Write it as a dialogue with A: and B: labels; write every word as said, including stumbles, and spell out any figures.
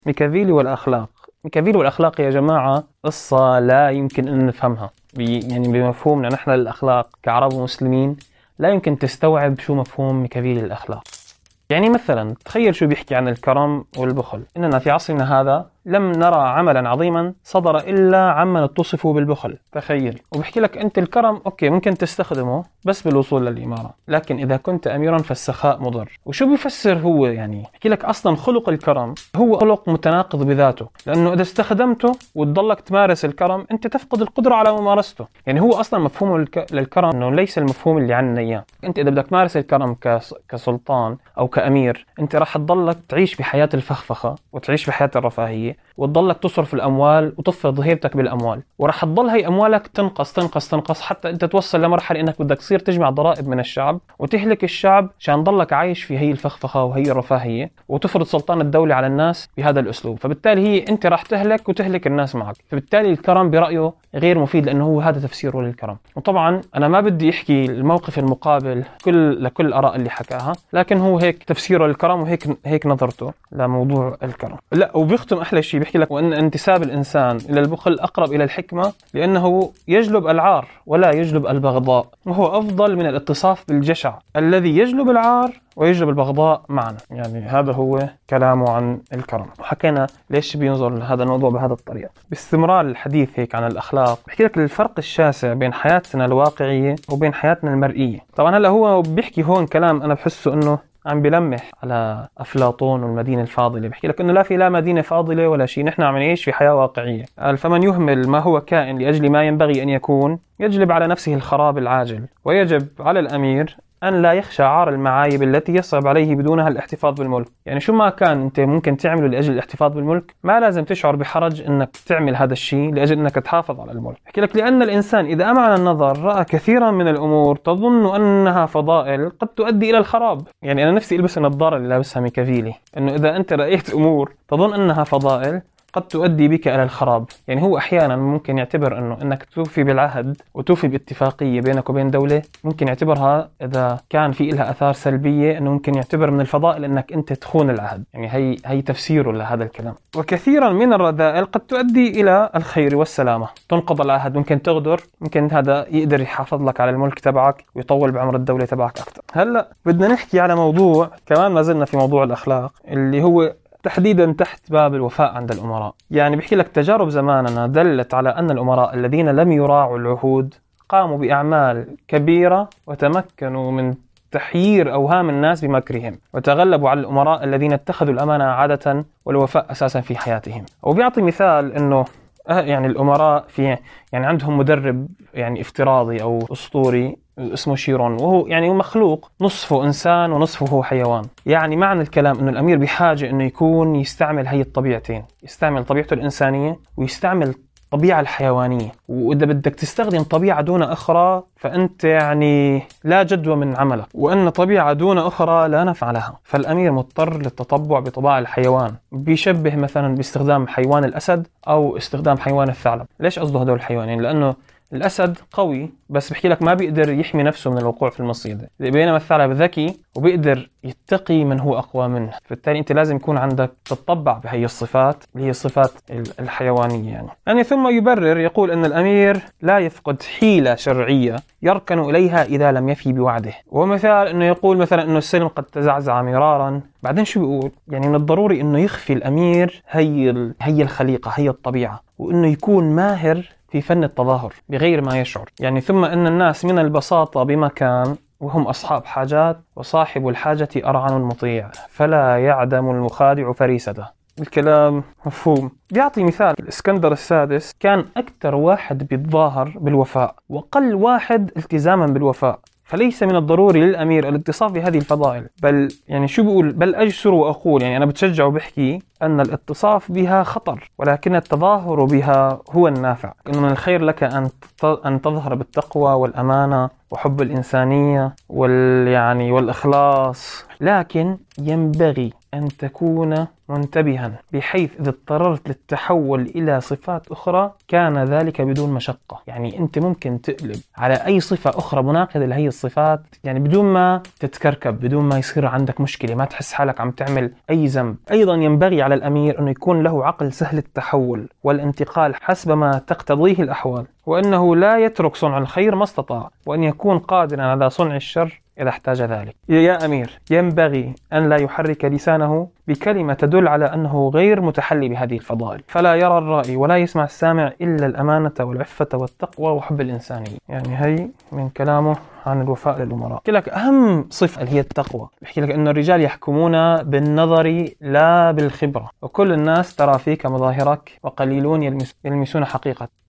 A: ميكافيلي والأخلاق. ميكافيلي والأخلاق يا جماعة قصة لا يمكن أن نفهمها يعني بمفهومنا نحن للأخلاق كعرب ومسلمين. لا يمكن تستوعب شو مفهوم ميكافيلي للأخلاق. يعني مثلا تخيل شو بيحكي عن الكرم والبخل. إننا في عصرنا هذا لم نرى عملا عظيما صدر إلا عمن اتصفوا بالبخل. تخيل. وبحكي لك أنت الكرم أوكي ممكن تستخدمه بس بالوصول للإمارة، لكن إذا كنت أميرا فالسخاء مضر. وشو بيفسر هو؟ يعني بحكي لك أصلا خلق الكرم هو خلق متناقض بذاته، لأنه إذا استخدمته وتضلك تمارس الكرم أنت تفقد القدرة على ممارسته. يعني هو أصلا مفهوم الك... للكرم أنه ليس المفهوم اللي عنا إياه. أنت إذا بدك تمارس الكرم كس... كسلطان أو كأمير أنت راح تضلك تعيش بحياة الفخفخة وتعيش بحياة الرفاهية وتضلك تصرف الأموال وتفرض هيبتك بالأموال، وراح تضل هي أموالك تنقص تنقص تنقص حتى أنت توصل لمرحلة إنك بدك تصير تجمع ضرائب من الشعب وتهلك الشعب عشان ضلك عايش في هي الفخفخة وهي الرفاهية وتفرض سلطان الدولة على الناس بهذا الأسلوب. فبالتالي هي أنت راح تهلك وتهلك الناس معك. فبالتالي الكرم برأيه غير مفيد لأنه هو هذا تفسيره للكرم. وطبعا أنا ما بدي أحكي الموقف المقابل كل لكل الآراء اللي حكاها، لكن هو هيك تفسيره للكرم وهيك هيك نظرته لموضوع الكرم. لا وبيختم أحلى شيء بيحكي لك وأن انتساب الإنسان إلى البخل أقرب إلى الحكمة لأنه يجلب العار ولا يجلب البغضاء، وهو أفضل من الاتصاف بالجشع الذي يجلب العار ويجلب البغضاء معنا. يعني هذا هو كلامه عن الكرم. وحكينا ليش بينظر لهذا الموضوع بهذا الطريقة. باستمرار الحديث هيك عن الأخلاق بحكي لك الفرق الشاسع بين حياتنا الواقعية وبين حياتنا المرئية. طبعا هلا هو بيحكي هون كلام أنا بحسه إنه عم بلمح على أفلاطون والمدينة الفاضلة. بحكي لك إنه لا في لا مدينة فاضلة ولا شيء، نحن عم نعيش في حياة واقعية. قال فمن يهمل ما هو كائن لأجل ما ينبغي أن يكون يجلب على نفسه الخراب العاجل. ويجب على الأمير أن لا يخشى عار المعايب التي يصعب عليه بدونها الاحتفاظ بالملك. يعني شو ما كان أنت ممكن تعمله لأجل الاحتفاظ بالملك ما لازم تشعر بحرج أنك تعمل هذا الشيء لأجل أنك تحافظ على الملك. بحكي لك لأن الإنسان إذا أمعن النظر رأى كثيرا من الأمور تظن أنها فضائل قد تؤدي إلى الخراب. يعني أنا نفسي ألبس النظارة اللي لابسها ميكافيلي، أنه إذا أنت رأيت أمور تظن أنها فضائل قد تؤدي بك إلى الخراب. يعني هو أحيانا ممكن يعتبر أنه أنك توفي بالعهد وتوفي باتفاقية بينك وبين دولة ممكن يعتبرها إذا كان في لها أثار سلبية أنه ممكن يعتبر من الفضائل أنك أنت تخون العهد. يعني هي هي تفسيره لهذا الكلام. وكثيرا من الرذائل قد تؤدي إلى الخير والسلامة. تنقض العهد، ممكن تغدر، ممكن هذا يقدر يحافظ لك على الملك تبعك ويطول بعمر الدولة تبعك أكثر. هلأ بدنا نحكي على موضوع كمان ما زلنا في موضوع الأخلاق اللي هو تحديدا تحت باب الوفاء عند الأمراء. يعني بيحكي لك تجارب زماننا دلت على أن الأمراء الذين لم يراعوا العهود قاموا بأعمال كبيرة وتمكنوا من تحيير أوهام الناس بمكرهم، وتغلبوا على الأمراء الذين اتخذوا الأمانة عادة والوفاء أساسا في حياتهم. وبيعطي مثال أنه يعني الأمراء في يعني عندهم مدرب يعني افتراضي أو أسطوري اسمه شيرون، وهو يعني مخلوق نصفه إنسان ونصفه هو حيوان. يعني معنى الكلام إنه الأمير بحاجة إنه يكون يستعمل هي الطبيعتين، يستعمل طبيعته الإنسانية ويستعمل الطبيعة الحيوانية. وإذا بدك تستخدم طبيعة دون أخرى فأنت يعني لا جدوى من عملك، وأن طبيعة دون أخرى لا نفع لها. فالأمير مضطر للتطبع بطباع الحيوان. بيشبه مثلا باستخدام حيوان الأسد أو استخدام حيوان الثعلب. ليش قصده هدول الحيوانين؟ لأنه الأسد قوي بس بحكي لك ما بيقدر يحمي نفسه من الوقوع في المصيدة، بينما الثعلب ذكي وبيقدر يتقي من هو أقوى منه. فبالتالي أنت لازم يكون عندك تتطبع بهي الصفات اللي هي الصفات الحيوانية. يعني. يعني ثم يبرر يقول أن الأمير لا يفقد حيلة شرعية يركن إليها إذا لم يفي بوعده. ومثال أنه يقول مثلا أنه السلم قد تزعزع مرارا. بعدين شو بيقول؟ يعني من الضروري أنه يخفي الأمير هي هي الخليقة هي الطبيعة، وأنه يكون ماهر في فن التظاهر بغير ما يشعر. يعني ثم أن الناس من البساطة بمكان وهم أصحاب حاجات، وصاحب الحاجة أرعن مطيع فلا يعدم المخادع فريسته. الكلام مفهوم. بيعطي مثال الإسكندر السادس كان أكثر واحد بيتظاهر بالوفاء وقل واحد التزاما بالوفاء. فليس من الضروري للأمير الاتصاف بهذه الفضائل، بل يعني شو بيقول؟ بل أجسر وأقول يعني أنا بتشجع وبحكي أن الاتصاف بها خطر، ولكن التظاهر بها هو النافع. إنه من الخير لك أن أن تظهر بالتقوى والأمانة وحب الإنسانية وال يعني والإخلاص، لكن ينبغي أن تكون منتبها بحيث إذا اضطررت للتحول إلى صفات أخرى كان ذلك بدون مشقة. يعني أنت ممكن تقلب على أي صفة أخرى مناقضة لهي الصفات يعني بدون ما تتكركب، بدون ما يصير عندك مشكلة، ما تحس حالك عم تعمل أي ذنب. أيضا ينبغي على على الأمير أنه يكون له عقل سهل التحول والانتقال حسب ما تقتضيه الأحوال، وأنه لا يترك صنع الخير ما استطاع، وأن يكون قادرا على صنع الشر إذا احتاج ذلك. يا أمير، ينبغي أن لا يحرك لسانه بكلمة تدل على أنه غير متحلي بهذه الفضائل، فلا يرى الرائي ولا يسمع السامع إلا الأمانة والعفة والتقوى وحب الإنسانية. يعني هي من كلامه عن الوفاء للأمراء. بحكي لك أهم صفة اللي هي التقوى. بحكي لك أن الرجال يحكمون بالنظر لا بالخبرة، وكل الناس ترى فيك مظاهرك وقليلون يلمس يلمسون حقيقة.